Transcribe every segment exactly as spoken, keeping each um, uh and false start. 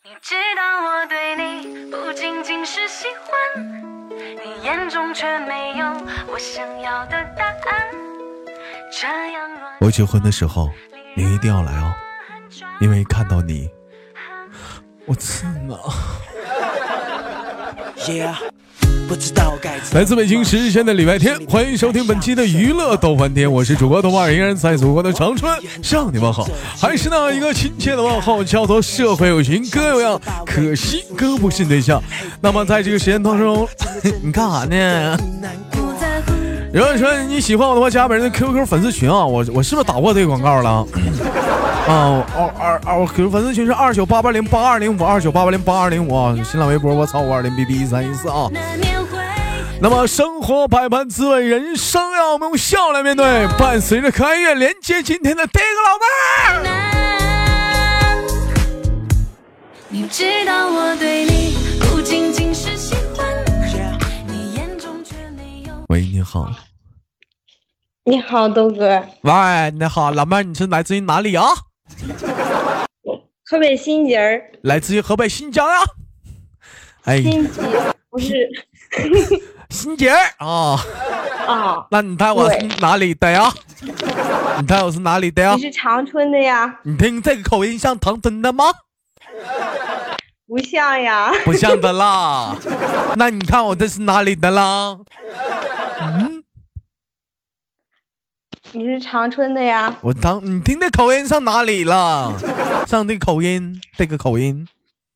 你知道我对你不仅仅是喜欢，你眼中却没有我想要的答案。这样我结婚的时候你一定要来哦，因为看到你我刺了。Yeah， 不知道该来自北京时间的礼拜天，欢迎收听本期的娱乐逗翻天，我是主播豆瓣，依然在祖国的长春向你们好，还是那一个亲切的问候，叫做社会有情哥有样，可惜哥不是对象。那么在这个时间当中你干啥呢？如果说你喜欢我的话，加本人的 Q Q 粉丝群啊，我我是不是打过这个广告了？啊，二二二，我 Q Q 粉丝群是二九八八零八二零五，二九八八零八二零五啊。新浪微博我操五二零 B B 一三一四啊。那么生活百般滋味，人生要我们用笑来面对。伴随着可爱乐，连接今天的第一个老妹儿。 你知道我对你不仅仅是喜欢，你眼中却没有。 喂，你好。 你好，豆哥。 喂，你好，老妹儿，你是来自于哪里啊？ 河北新集儿。 来自于河北新疆呀。哎， 新集不是新杰儿啊。 啊， 那你猜我是哪里的呀？你猜我是哪里的呀？ 你是长春的呀？ 你听这个口音像长春的吗？ 不像呀。 不像的啦。那你看我这是哪里的啦？嗯。 你是长春的呀？ 我当你听这口音上哪里了？上这口音，这个口音，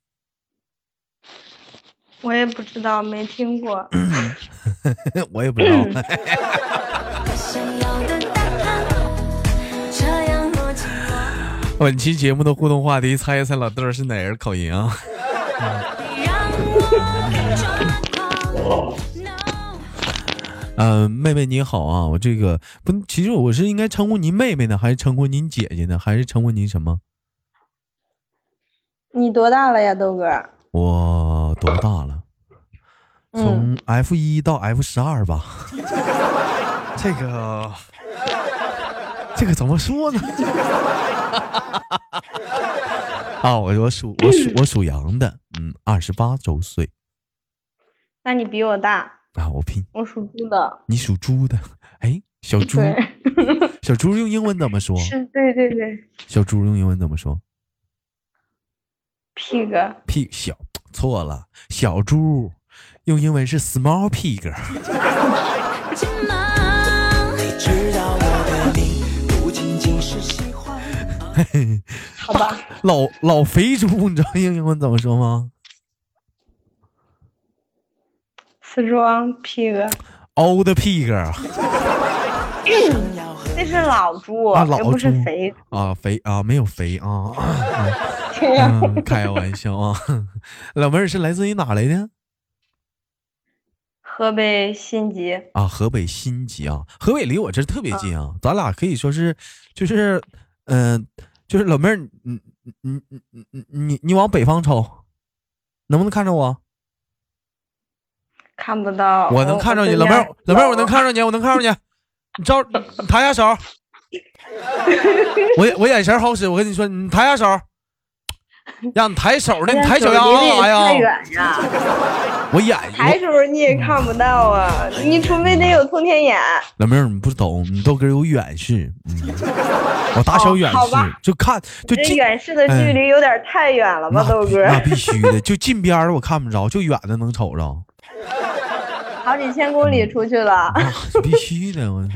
我也不知道，没听过。 我也不知道。本期节目的互动话题，猜一猜老豆是哪人口音啊？嗯、呃，妹妹你好啊，我这个不，其实我是应该称呼您妹妹呢，还是称呼您姐姐呢，还是称呼您什么？ 你多大了呀，豆哥？ 我多大了？从 F 一 到 F 十二吧。这个，这个怎么说呢？啊，我我属我属我属羊的，嗯，二十八周岁。 那你比我大。 啊，我拼， 我属猪的。 你属猪的，哎，小猪，小猪用英文怎么说？ 是，对对对。 小猪用英文怎么说 ？pig。 pig 小，错了，小猪用英文是 small pig。 好吧。 老老肥猪，你知道用英文怎么说吗 ？strong pig。 old pig。 那是老猪啊，老猪不是肥啊，肥啊，没有肥啊。 对呀、 嗯，开玩笑啊。老妹儿是来自于哪来的？ 河北新集啊，河北新集啊，河北离我这特别近啊，咱俩可以说是，就是，嗯、呃，就是老妹儿，你你你你你你你往北方瞅，能不能看着我？ 看不到。 我能看着你，老妹儿，老妹儿，我能看着你，我能看着你。你招，你抬下手。我我眼神好使，我跟你说，你抬下手。让你抬手呢，你抬手要干啥呀？ 太远呀！ 我眼抬手你也看不到啊，你除非得有通天眼。 老妹儿，你不懂，你豆哥有远视，嗯，我打小远视， 哦、 就看就近远视的距离有点太远了吧，豆哥？ 那必须的，就近边的我看不着，就远的能瞅着。 好几千公里出去了，啊、 必须的，我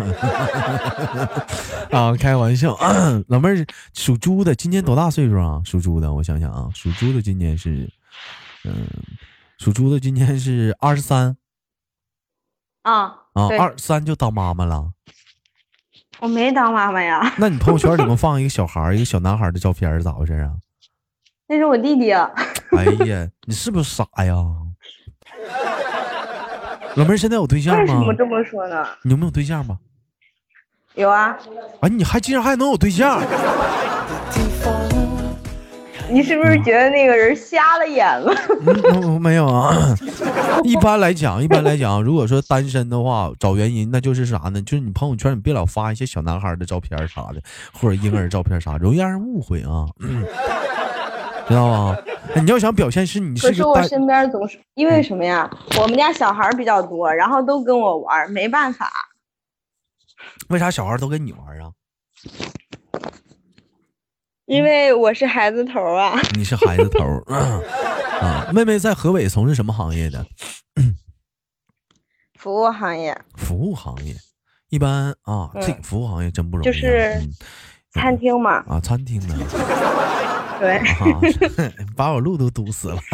啊，开玩笑。老妹儿属猪的，今年多大岁数啊？属猪的，我想想啊，属猪的今年是，嗯，属猪的今年是二十三。 啊啊，二三就当妈妈了。 我没当妈妈呀。 那你朋友圈里面放一个小孩，一个小男孩的照片，咋回事啊？ 那是我弟弟啊。 哎呀，你是不是傻呀？老妹儿现在有对象吗？ 为什么这么说呢？ 你有没有对象吗？ 有啊。 啊，你还竟然还能有对象？ 你是不是觉得那个人瞎了眼了？ 嗯，没有啊。一般来讲，一般来讲，如果说单身的话，找原因那就是啥呢？就是你朋友圈你别老发一些小男孩的照片啥的，或者婴儿照片啥，容易让人误会啊。嗯知道吗？你要想表现是你是可是我身边总是因为什么呀？我们家小孩比较多，然后都跟我玩，没办法。 为啥小孩都跟你玩啊？ 因为我是孩子头啊。 你是孩子头啊？啊，妹妹在河北从事什么行业的？ 服务行业。 服务行业，一般啊，嗯、这个服务行业真不容易、啊。 就是餐厅嘛。 嗯、啊，餐厅呢？ 对。 啊，把我路都堵死了。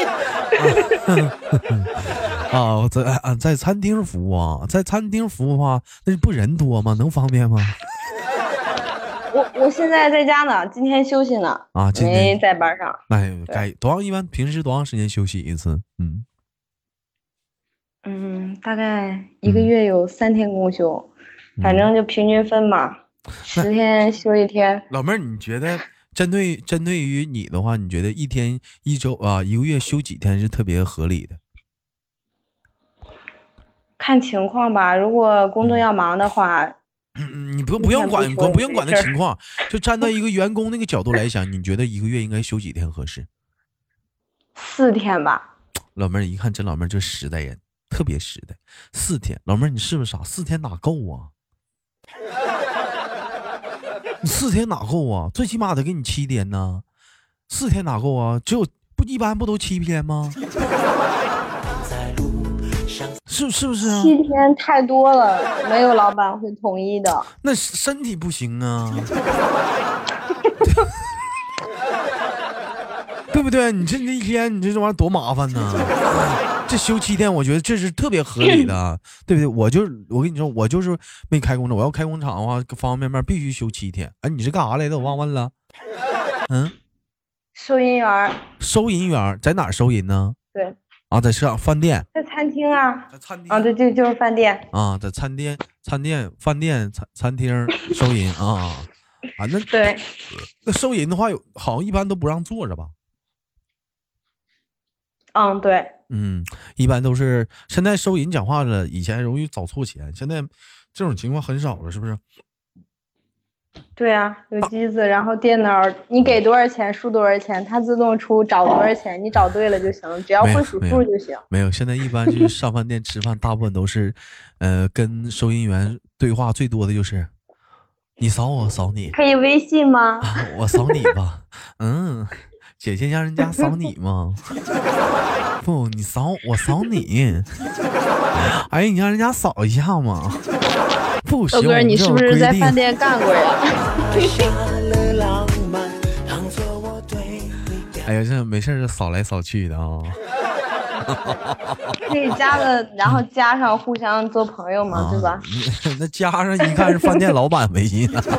啊，在啊在餐厅服务啊，在餐厅服务的话，那不人多吗？能方便吗？ 我我现在在家呢，今天休息呢。 啊，今天没在班上。 哎，该多长？一般平时多长时间休息一次？嗯嗯，大概一个月有三天公休，嗯、反正就平均分嘛，十、嗯、天休一天。 老妹儿，你觉得针对针对于你的话，你觉得一天一周啊，一个月休几天是特别合理的？ 看情况吧，如果工作要忙的话。 嗯，你不不用管，不不用管的情况，就站在一个员工那个角度来讲，你觉得一个月应该休几天合适？ 四天吧。 老妹儿一看，这老妹儿就实在人，特别实在。四天，老妹儿你是不是傻？四天哪够啊？你四天哪够啊？最起码得给你七天呢。四天哪够啊？只有不一般不都七天吗？是是不是啊？ 七天太多了，没有老板会同意的。 那身体不行啊，对不对？你这这一天，你这玩意儿多麻烦呢。这休七天，我觉得这是特别合理的，对不对？我就我跟你说，我就是没开工厂，我要开工厂的话，方方面面必须休七天。哎，你是干啥来的？我忘问了。嗯， 收银员。 收银员在哪儿收银呢？ 对。 啊，在上饭店， 在餐厅啊， 在餐厅啊，对，就就是饭店啊，在餐店、餐店、饭店、餐餐厅收银啊啊，那对， 那收银的话，有好像一般都不让坐着吧？ 嗯，对， 嗯，一般都是现在收银讲话了，以前容易找错钱，现在这种情况很少了，是不是？ 对啊，有机子，然后电脑，你给多少钱输多少钱，它自动出找多少钱，你找对了就行，只要会数数就行。 没有，没有现在一般就是上饭店吃饭，大部分都是，呃，跟收银员对话最多的就是，你扫我扫你， 可以微信吗？ 啊、我扫你吧，嗯，姐姐让人家扫你吗？不，你扫我扫你，哎，你让人家扫一下嘛。不行， 哥，你是不是在饭店干过呀？ 哎呀，这没事就扫来扫去的啊。 可以加了，然后加上互相做朋友嘛，啊、对吧？ 那加上一看是饭店老板微信了。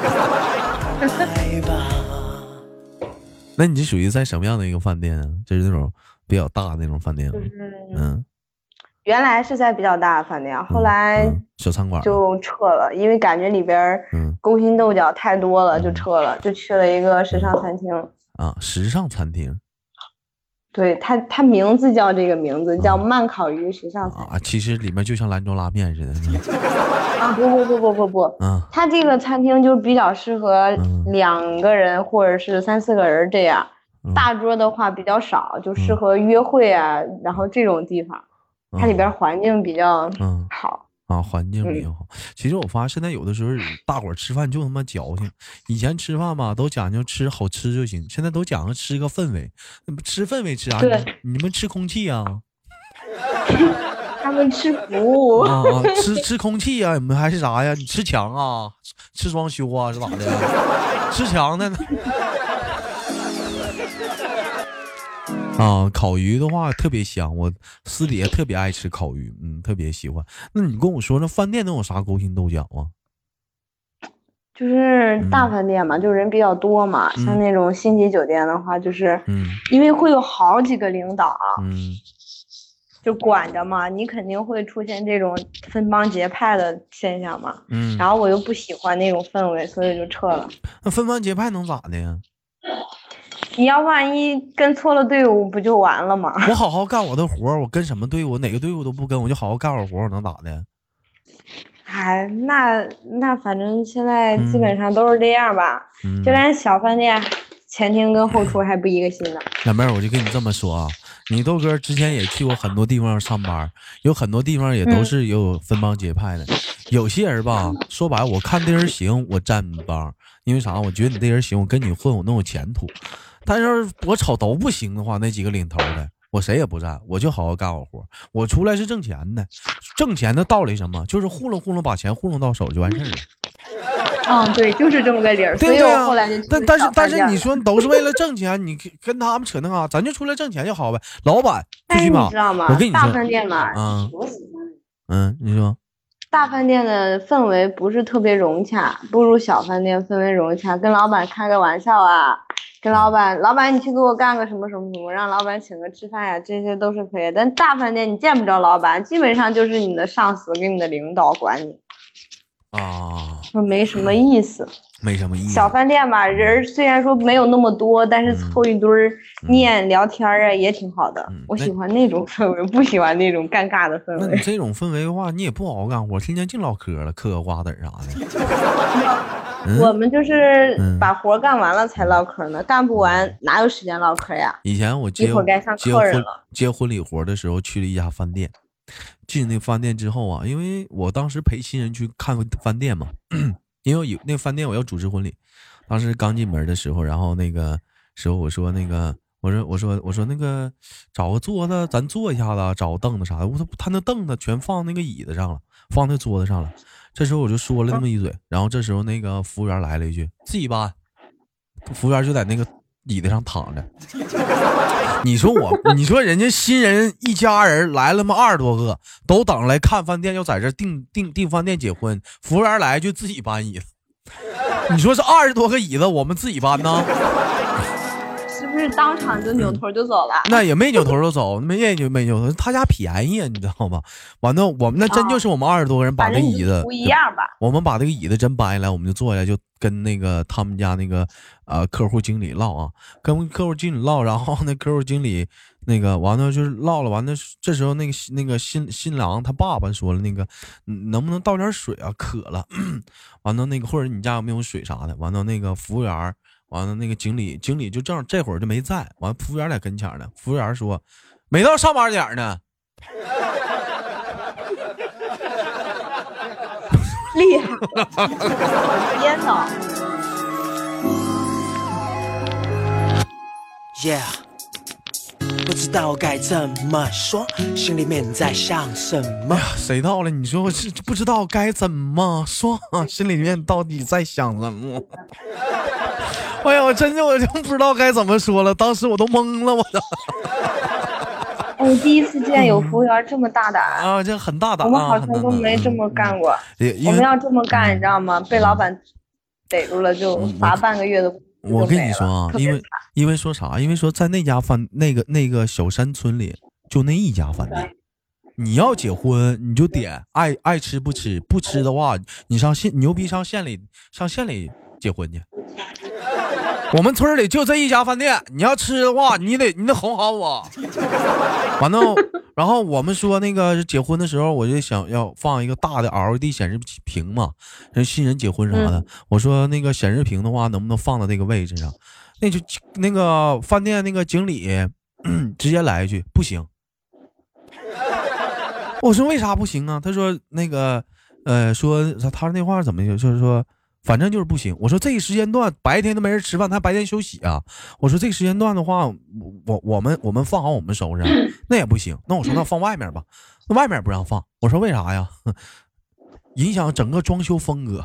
那你这属于在什么样的一个饭店啊？就是那种比较大的那种饭店吗？就是嗯。 原来是在比较大的饭店，后来小餐馆就撤了，因为感觉里边勾心斗角太多了，就撤了，就去了一个时尚餐厅。 啊，时尚餐厅。 对，它它名字叫这个名字，叫慢烤鱼时尚餐厅。 啊，其实里面就像兰州拉面似的。 啊，不不不不不不，嗯，它这个餐厅就比较适合两个人或者是三四个人这样，大桌的话比较少，就适合约会啊，然后这种地方。它里边环境比较好、 嗯、啊，环境比较好。其实我发现现在有的时候大伙儿吃饭就他妈矫情，以前吃饭吧都讲究吃好吃就行，现在都讲究吃个氛围。那不吃氛围吃啥？ 对， 你们吃空气啊？ 他们吃服务啊啊，吃吃空气啊？你们还是啥呀？你吃墙啊？吃装修啊？是咋的？吃墙的呢？啊，烤鱼的话特别香，我私底下特别爱吃烤鱼，嗯，特别喜欢。那你跟我说，那饭店都有啥勾心斗角啊？ 就是大饭店嘛，嗯、就是人比较多嘛。嗯、像那种星级酒店的话，就是， 嗯， 因为会有好几个领导， 嗯， 就管着嘛，你肯定会出现这种分帮结派的现象嘛。 嗯， 然后我又不喜欢那种氛围，所以就撤了。 那分帮结派能咋的呀？ 你要万一跟错了队伍，不就完了吗？ 我好好干我的活，我跟什么队伍，哪个队伍都不跟，我就好好干我活，我能咋的？ 哎，那那反正现在基本上都是这样吧， 嗯、 就连小饭店， 前厅跟后厨还不一个心呢。 老妹儿，我就跟你这么说啊，你豆哥之前也去过很多地方上班，有很多地方也都是有分帮结派的。嗯、有些人吧，说白了，我看这人行，我站你帮，因为啥？我觉得你这人行，我跟你混，我能有前途。但是我瞅都不行的话，那几个领头的，我谁也不站，我就好好干我活。我出来是挣钱的，挣钱的道理什么？就是糊弄糊弄，把钱糊弄到手就完事儿了。 嗯，对，就是这么个理儿。所以我后来就但但是但是你说都是为了挣钱，你跟他们扯那个，咱就出来挣钱就好呗。老板， 但是你知道吗？ 我跟你说， 大饭店嘛， 嗯嗯，你说， 大饭店的氛围不是特别融洽，不如小饭店氛围融洽。跟老板开个玩笑啊，跟老板，老板你去给我干个什么什么什么，让老板请个吃饭呀，这些都是可以。但大饭店你见不着老板，基本上就是你的上司跟你的领导管你。 啊， 没什么意思， 没什么意思。 小饭店吧，人虽然说没有那么多，但是凑一堆儿念、嗯、聊天啊，也挺好的、嗯。我喜欢那种氛围，不喜欢那种尴尬的氛围。 那你这种氛围的话，你也不好好干活，天天净唠嗑了，嗑个瓜子啥的。嗯、 我们就是把活干完了才唠嗑呢，嗯、干不完哪有时间唠嗑呀？ 以前我接一会儿该上客人了， 接婚礼活的时候去了一家饭店。进那饭店之后啊，因为我当时陪新人去看饭店嘛，因为有那饭店我要主持婚礼，当时刚进门的时候，然后那个时候我说那个我说我说我说那个找个桌子咱坐一下子，找个凳子啥的，我说他那凳子全放那个椅子上了，放那桌子上了。这时候我就说了那么一嘴，然后这时候那个服务员来了一句自己搬，服务员就在那个椅子上躺着。你说我，你说人家新人一家人来了嘛二十多个，都等来看饭店，要在这订订订饭店结婚，服务员来就自己搬椅子。你说是二十多个椅子，我们自己搬呢？ 是不是当场就扭头就走了？ 嗯、那也没扭头就走，没也就没扭头，他家便宜啊，你知道吗？完了，我们那真就是我们二十多个人把这椅子、 哦、不一样吧？ 我们把这个椅子真搬下来，我们就坐下来，就跟那个他们家那个呃客户经理唠啊，跟客户经理唠，然后那客户经理那个完了就是唠了，完了这时候那个那个新新郎他爸爸说了，那个能不能倒点水啊？渴了。完了那个或者你家有没有水啥的？完了那个服务员。完了，那个经理，经理就正这会儿就没在。完了，服务员在跟前呢。服务员说：“没到上班点呢。” 厉害，编的。 Yeah， 不知道该怎么说，心里面在想什么？ 谁到了？你说我是不知道该怎么说，心里面到底在想什么？哎呀，我真的我就不知道该怎么说了，当时我都懵了，我都。 我第一次见有服务员这么大胆啊，这很大胆、啊。 我们好像都没这么干过。嗯、我们要这么干，你知道吗？被老板逮住了就罚半个月的。 我, 我跟你说啊，因为因为说啥？因为说在那家饭那个那个小山村里，就那一家饭店。你要结婚你就点，爱爱吃不吃，不吃的话你上县牛逼上县里上县里结婚去。我们村里就这一家饭店，你要吃的话你得你得哄好我。完了，然后我们说那个结婚的时候我就想要放一个大的 L E D 显示屏嘛，人新人结婚啥的、嗯、我说那个显示屏的话能不能放到这个位置上，那就那个饭店那个经理、嗯、直接来一句不行。我说为啥不行啊？他说那个呃说他那话怎么就是说反正就是不行。我说这个时间段白天都没人吃饭，他白天休息啊。我说这个时间段的话，我我们我们放好我们收拾，那也不行。那我说那放外面吧，那外面不让放。我说为啥呀？影响整个装修风格。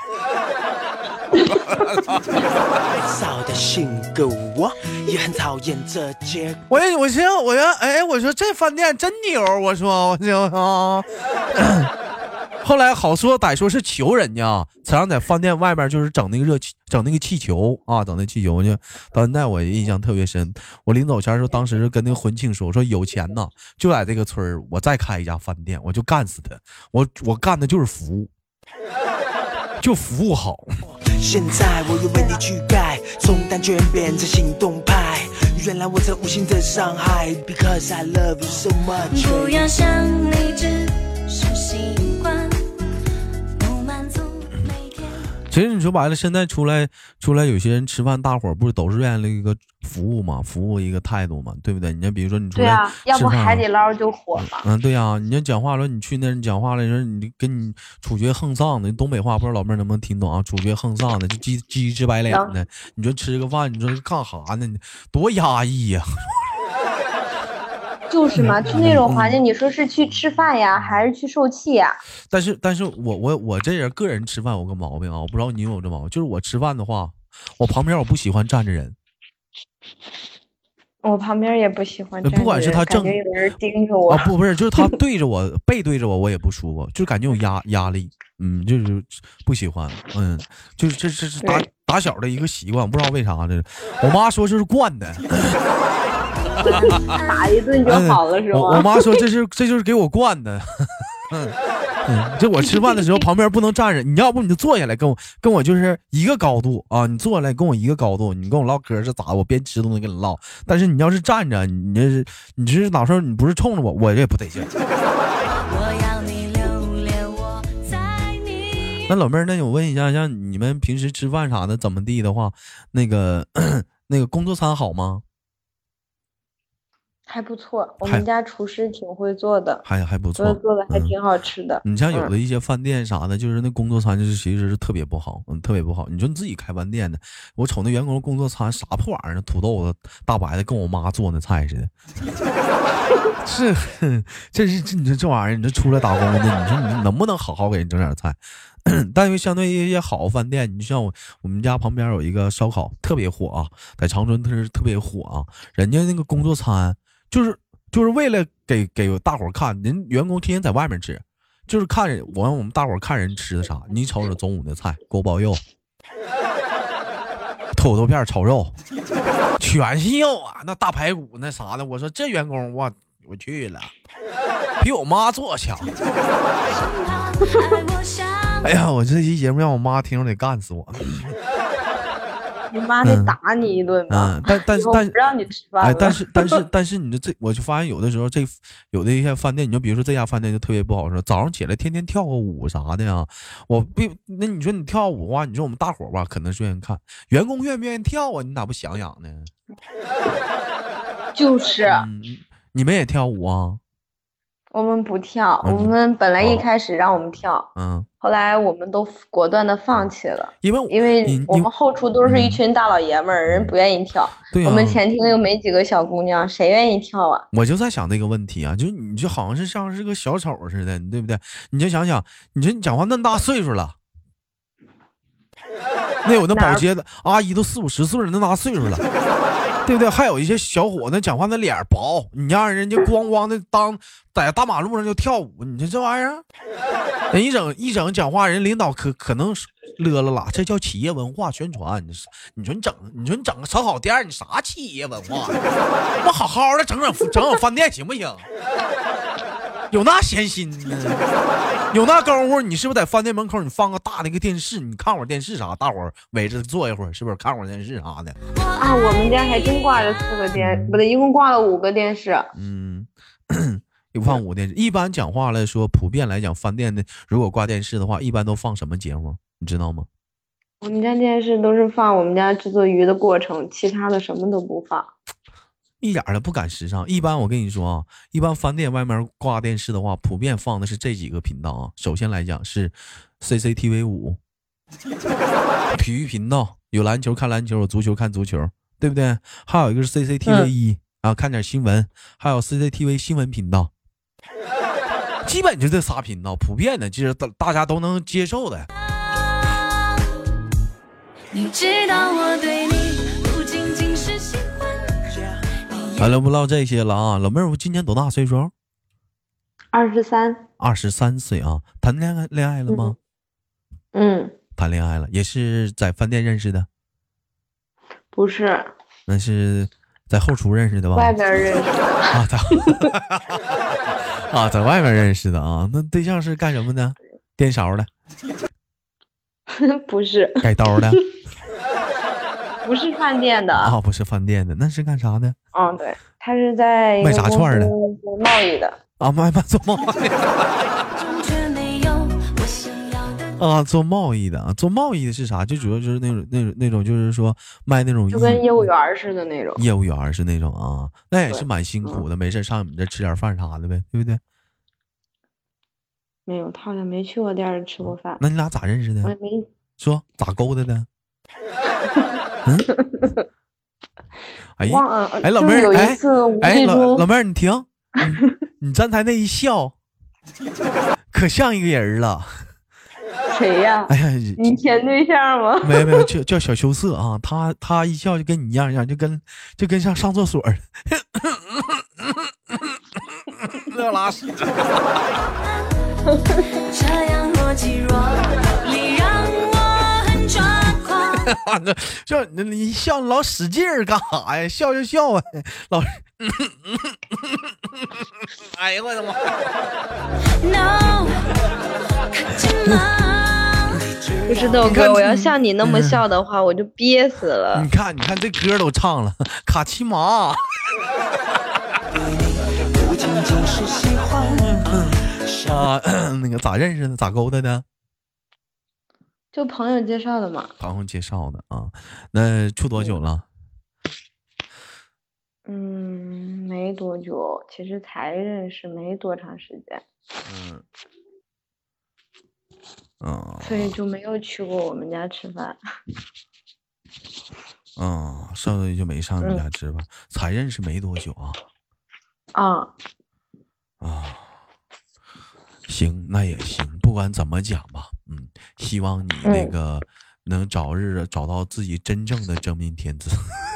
的性格我也很讨厌这结果。我我说我说哎，我说这饭店真牛，我说我就啊。后来好说歹说是求人家才让在饭店外面就是整那个热气整那个气球啊，整那气球去。到现在我印象特别深，我临走前说当时是跟那个婚庆说，我说有钱呢就在这个村我再开一家饭店我就干死他，我我干的就是服务，就服务好。 现在我又为你去改，从单纯变成行动派，原来我这无形的伤害 Because I love you so much。 不要想你只是习惯。 其实你说白了，现在出来出来有些人吃饭，大伙儿不是都是愿意一个服务嘛，服务一个态度嘛，对不对？你像比如说你出来吃饭、啊， 要不海底捞就火嘛。 嗯，对呀、啊，你要讲话了，你去那人讲话了，人你跟你处决横丧的东北话，不知道老妹儿能不能听懂啊？处决横丧的，就鸡鸡直白脸的，你说吃个饭，你说干哈呢？多压抑呀、啊！ 就是嘛，去那种环境，你说是去吃饭呀，还是去受气呀？ 但是，但是我我我这人个人吃饭有个毛病啊，我不知道你有没有这毛病，就是我吃饭的话，我旁边我不喜欢站着人。 我旁边也不喜欢站着人， 不管是他正有人盯着我啊，不不是，就是他对着我背对着我，我也不舒服，就感觉有压压力，嗯，就是不喜欢，嗯，就是这这是打打小的一个习惯，不知道为啥这，我妈说这是惯的。 打一顿就好了、嗯、是吗？ 我, 我妈说这是这就是给我惯的。嗯嗯，这我吃饭的时候旁边不能站着，你要不你就坐下来跟我跟我就是一个高度啊，你坐下来跟我一个高度，你跟我唠嗑是咋？我边吃都能跟你唠。但是你要是站着，你这是你这是哪时候你不是冲着我，我也不得劲。那老妹儿，那我问一下，像你们平时吃饭啥的怎么地的话，那个那个工作餐好吗？ 还不错，我们家厨师挺会做的， 还还不错， 做的还挺好吃的、 嗯。你像有的一些饭店啥的，嗯、就是那工作餐就是其实是特别不好，嗯，特别不好。你说你自己开饭店的，我瞅那员工工作餐啥破玩意儿，土豆子、大白的，跟我妈做那菜似的。是，这是这你说这玩意儿，你这出来打工的，你说你能不能好好给人整点菜？但因为相对一些好饭店，你像我我们家旁边有一个烧烤特别火啊，在长春特特别火啊，人家那个工作餐。就是就是为了给给大伙看，人员工天天在外面吃，就是看人我我们大伙看人吃的啥。你瞅瞅中午的菜，锅包肉、土豆片炒肉，全是肉啊，那大排骨那啥的。我说这员工我我去了，比我妈做强。哎呀，我这期节目让我妈听着得干死我。 你妈得打你一顿吧？ 嗯，但但是但是不让你吃饭了。 哎，但是但是但是你这这，我就发现有的时候这有的一些饭店，你就比如说这家饭店就特别不好说，早上起来天天跳个舞啥的呀。我并那你说你跳舞的话，你说我们大伙吧可能是愿意看，员工愿不愿意跳啊？你咋不想想呢？ 就是、 嗯，你们也跳舞啊？ 我们不跳，嗯、我们本来一开始让我们跳， 嗯， 后来我们都果断的放弃了， 因为因为我们后厨都是一群大老爷们儿、嗯，人不愿意跳。对、啊，我们前厅又没几个小姑娘，谁愿意跳啊？ 我就在想这个问题啊，就你就好像是像是个小丑似的，对不对？你就想想，你说你讲话那么大岁数了，那有那保洁的阿姨都四五十岁了，那大岁数了。对不对？还有一些小伙子讲话那脸薄，你让人家咣咣的当在大马路上就跳舞，你说这玩意儿，人一整一整讲话，人领导可可能乐了啦，这叫企业文化宣传。你说你说你整你说你整个烧烤店，你啥企业文化？我好好的整整整整饭店行不行？有那闲心呢？有那功夫，你是不是在饭店门口你放个大那个电视，你看会儿电视啥，大伙儿围着坐一会儿，是不是看会儿电视啥的？ 啊，我们家还真挂着四个电，不对，一共挂了五个电视。 嗯，有放五个电视。一般讲话来说，普遍来讲，饭店的如果挂电视的话，一般都放什么节目？你知道吗？ 我们家电视都是放我们家制作鱼的过程，其他的什么都不放。 一点的不赶时尚。一般我跟你说啊，一般饭店外面挂电视的话，普遍放的是这几个频道啊。首先来讲是 C C T V 五，体育频道，有篮球看篮球，有足球看足球，对不对？还有一个是 C C T V 一、嗯、啊，看点新闻，还有 C C T V 新闻频道，基本就这仨频道，普遍的就是大家都能接受的。你知道我对你不仅仅是喜欢。完了，不唠这些了啊！老妹儿，我今年多大岁数？ 二十三。 二十三岁啊！谈恋爱恋爱了吗？ 嗯。 谈恋爱了，也是在饭店认识的？ 不是。 那是在后厨认识的吧？ 外边认识的啊，在啊，在外面认识的啊。那对象是干什么的？颠勺的？ 不是。 改刀的？ 不是饭店的啊、哦，不是饭店的，那是干啥的？ 嗯，对，他是在卖啥串的？贸易的啊，卖卖做贸易。 啊，做贸易的啊，做贸易的是啥？就主要就是那种那种那种，就是说卖那种就跟业务员似的那种。 业务员是那种啊，那也是蛮辛苦的。没事上你们这吃点饭啥的呗，对不对？ 没有，他好像没去我店里吃过饭。 那你俩咋认识的？ 我也没说咋勾搭的？嗯，哎呀，哎老妹儿，哎哎老老妹儿，你停，你你刚才那一笑，可像一个人了。 谁呀？ 哎呀， 你前对象吗？ 没有没有，叫叫小羞涩啊。他他一笑就跟你一样一样，就跟就跟像上厕所儿，乐拉屎。 这样若即若离让我很抓狂。 就你一笑老使劲儿干啥呀？笑就笑啊，老是。哎呀我的妈 ！No， 不是豆哥，我要像你那么笑的话，我就憋死了。 你看，你看这歌都唱了，卡其马。啊，那个咋认识的？咋勾搭的？ 就朋友介绍的嘛。 朋友介绍的啊，那处多久了？ 嗯，没多久，其实才认识没多长时间。 嗯。嗯， 所以就没有去过我们家吃饭。 嗯，上次就没上你家吃饭，嗯、才认识没多久啊。 啊。 啊。行，那也行，不管怎么讲吧，嗯，希望你那个能早日找到自己真正的真命天子。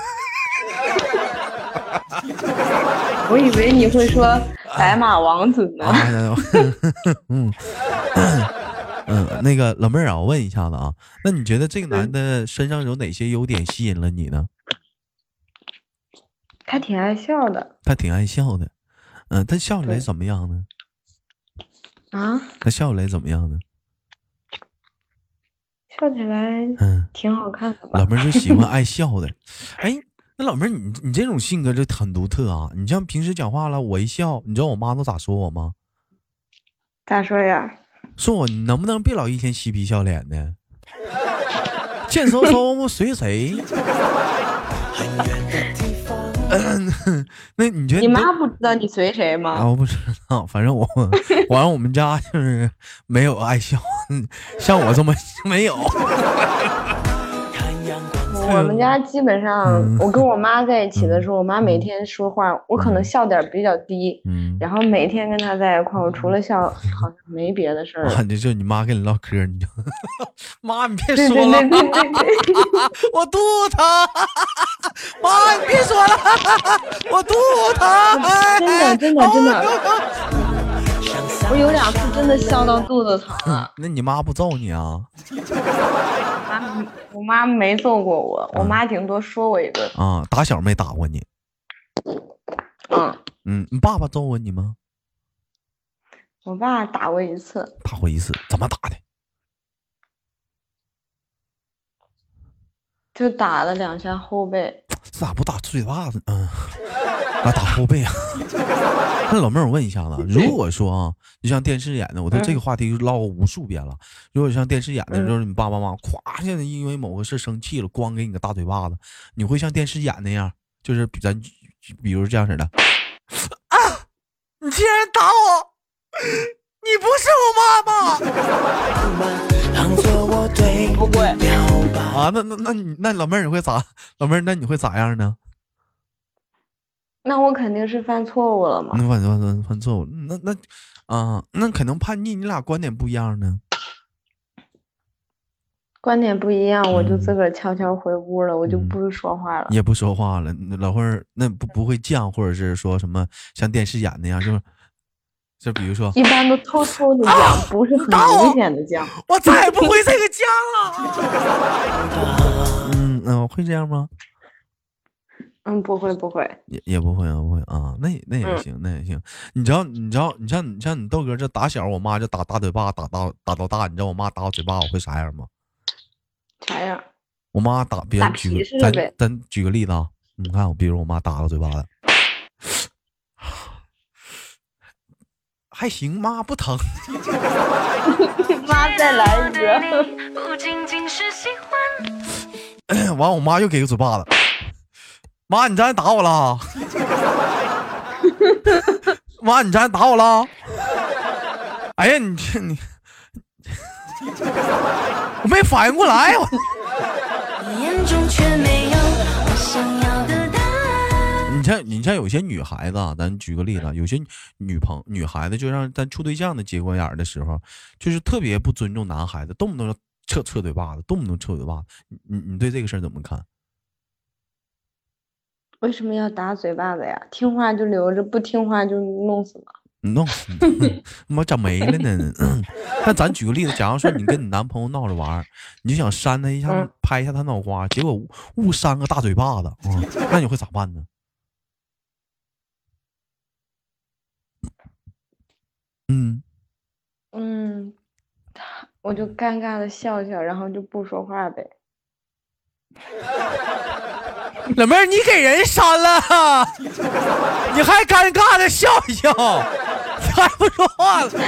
我以为你会说白马王子呢。 嗯嗯，那个老妹儿啊，我问一下子啊，那你觉得这个男的身上有哪些优点吸引了你呢？ 他挺爱笑的。 他挺爱笑的，嗯，他笑起来怎么样呢？ 啊？ 他笑起来怎么样呢？ 笑起来，嗯，挺好看的吧。 老妹儿就喜欢爱笑的，哎。那老妹儿，你你这种性格就很独特啊！你像平时讲话了，我一笑，你知道我妈都咋说我吗？ 咋说呀？ 说我你能不能别老一天嬉皮笑脸的，贱嗖嗖随谁？那你觉得你妈不知道你随谁吗？ 啊，我不知道，反正我，反正我们家就是没有爱笑，像我这么没有。 我们家基本上，嗯、我跟我妈在一起的时候，嗯、我妈每天说话，嗯、我可能笑点比较低，嗯，然后每天跟她在一块，我除了笑，好像没别的事儿。 啊，就就你妈跟你唠嗑，你就妈，你别说了， 对对对对对我肚疼，妈，你别说了，我肚疼， 真的真的真的，我有两次真的笑到肚子疼了。 那你妈不揍你啊？ 我妈没揍过我，我妈顶多说我一顿。 啊，打小没打过你？ 嗯嗯，你爸爸揍过你吗？ 我爸打过一次。 打过一次，怎么打的？ 就打了两下后背。 咋不打嘴巴子？嗯，啊，打后背啊。那老妹儿，我问一下子，如果说啊，就像电视演的，我对这个话题就唠过无数遍了。如果像电视演的，就是你爸爸妈妈咵，现在因为某个事生气了，光给你个大嘴巴子，你会像电视演那样，就是比咱，比如这样式的啊，你竟然打我，你不是我妈妈。 不会啊，那那那你那老妹儿你会咋？老妹儿那你会咋样呢？ 那我肯定是犯错误了嘛。 那犯犯犯错误，那那啊，那可能叛逆，你俩观点不一样呢。 观点不一样，我就自个儿悄悄回屋了，嗯、我就不说话了。 也不说话了，老会儿那不不会犟，或者是说什么像电视演那样，就是就比如说， 一般都偷偷的犟，啊、不是很明显的犟。 我再也不会这个犟了。嗯嗯，会这样吗？ 嗯，不会不会， 也也不会啊，不会啊，那也那也行，嗯、那也行。你知道，你知道，你像你像你豆哥这打小，我妈就打大嘴巴，打到打到大。你知道我妈打我嘴巴，我会啥样吗？ 啥样？ 我妈打，别人举个咱咱举个例子啊，你看我，比如我妈打个嘴巴子， 还行，妈不疼。 妈再来一个。 完，我妈又给个嘴巴子。妈，你这还打我了？妈，你这还打我了？哎呀，你这你，我没反应过来，我。你像你像有些女孩子啊，咱举个例子，有些女朋女孩子就让咱处对象的节骨眼的时候，就是特别不尊重男孩子，动不动撤撤嘴巴子，动不动撤嘴巴子。你你对这个事儿怎么看？ 为什么要打嘴巴子呀？听话就留着，不听话就弄死了。 弄死你！妈咋没了呢？那咱举个例子，假如说你跟你男朋友闹着玩，你就想扇他一下，嗯、拍一下他脑瓜，结果误扇个大嘴巴子，嗯、那你会咋办呢？嗯嗯，我就尴尬的笑笑，然后就不说话呗。 老妹儿，你给人删了，你还尴尬的笑一笑，你还不说话了？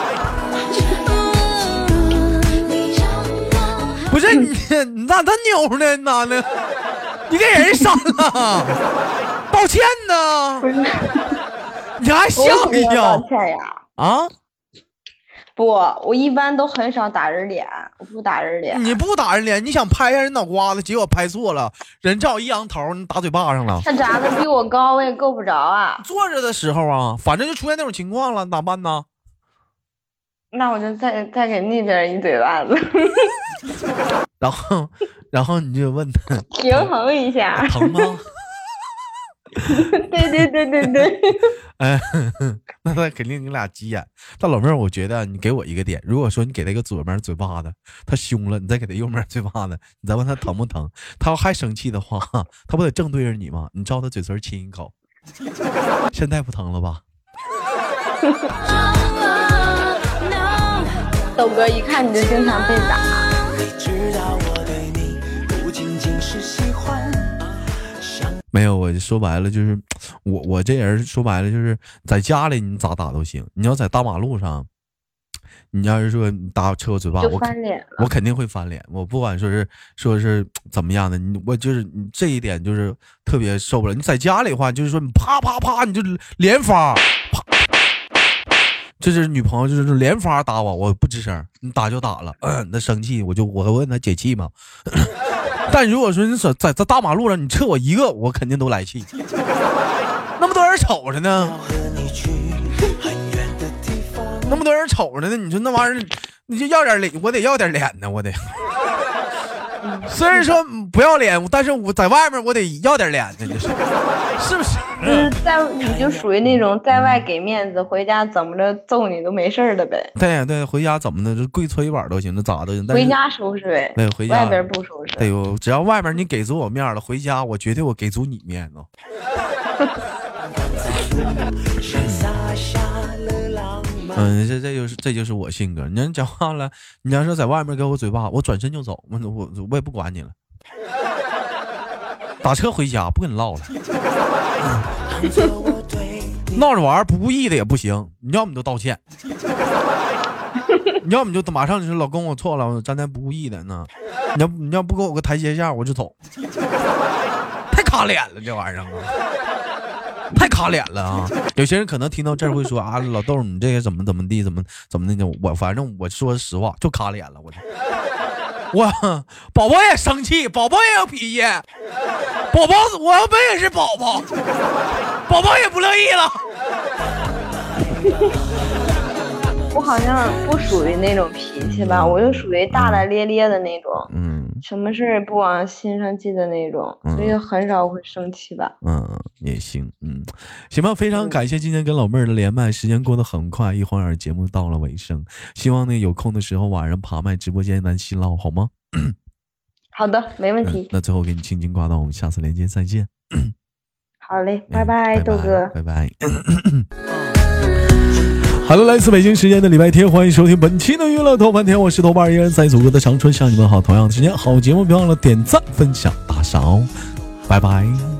不是你，你咋那牛呢？男的，你给人删了，道歉呢？你还笑一笑？ 道歉呀？ 啊？ 不，我一般都很少打人脸，我不打人脸。 你不打人脸，你想拍一下人脑瓜子，结果拍错了，人正好一扬头，你打嘴巴上了。 他长得比我高，我也够不着啊。 坐着的时候啊，反正就出现那种情况了，咋办呢？ 那我就再再给那边一嘴巴子。 然后，然后你就问他平衡一下， 疼吗？ 对对对对对。 哎，那他肯定你俩急眼。但老妹儿，我觉得你给我一个点，如果说你给他一个左面嘴巴子，他凶了，你再给他右面嘴巴子，你再问他疼不疼，他要还生气的话，他不得正对着你吗？你照他嘴唇亲一口，现在不疼了吧？ 豆哥一看你就经常被打。 没有，我说白了就是我我这人说白了就是在家里你咋打都行，你要在大马路上，你要是说你打车我嘴巴，我我肯定会翻脸，我不管说是说是怎么样的，你我就是你这一点就是特别受不了。你在家里的话，就是说你啪啪啪你就连发，啪，这是女朋友就是连发打我，我不吱声，你打就打了，嗯、那生气我就我问他解气嘛。但如果说你在在大马路上你撤我一个，我肯定都来气。那么多人瞅着呢，那么多人瞅着呢，你说那玩意儿，你就要点脸，我得要点脸呢，我得。虽然说不要脸，但是我在外面我得要点脸呢，你说是不是？ 就是在你就属于那种在外给面子，回家怎么着揍你都没事的呗。 对呀对，回家怎么的，就跪搓衣板都行，那咋的？ 回家收拾呗。 对，回家外边不收拾。 对呦，只要外边你给足我面了，回家我绝对我给足你面子。嗯，这这就是这就是我性格。你要讲话了，你要说在外面给我嘴巴，我转身就走，我我我也不管你了。打车回家不跟你唠了。闹着玩不故意的也不行，你要么就道歉，你要么就马上就说老公我错了，我刚才不故意的呢。你要你要不给我个台阶下我就走。太卡脸了这玩意儿啊，太卡脸了啊！有些人可能听到这儿会说啊，老豆你这个怎么怎么地怎么怎么的，我反正我说实话就卡脸了，我我宝宝也生气，宝宝也有脾气，宝宝我要本也是宝宝，宝宝也不乐意了。 我好像不属于那种脾气吧，我就属于大大咧咧的那种，嗯，什么事儿不往心上记的那种，嗯、所以很少会生气吧。 嗯，也行，嗯，行吧，非常感谢今天跟老妹儿的连麦，时间过得很快，一会儿节目到了尾声，希望呢有空的时候晚上爬麦直播间咱细唠好吗？ 好的，没问题。 嗯、那最后给你轻轻挂断，我们下次连接再见。 好嘞，拜拜，豆哥， 拜拜。好了，来自北京时间的礼拜天，欢迎收听本期的娱乐豆瓣天，我是豆瓣，依然在祖国的长春向你们好。同样的时间，好节目别忘了点赞、分享、打赏哦，拜拜。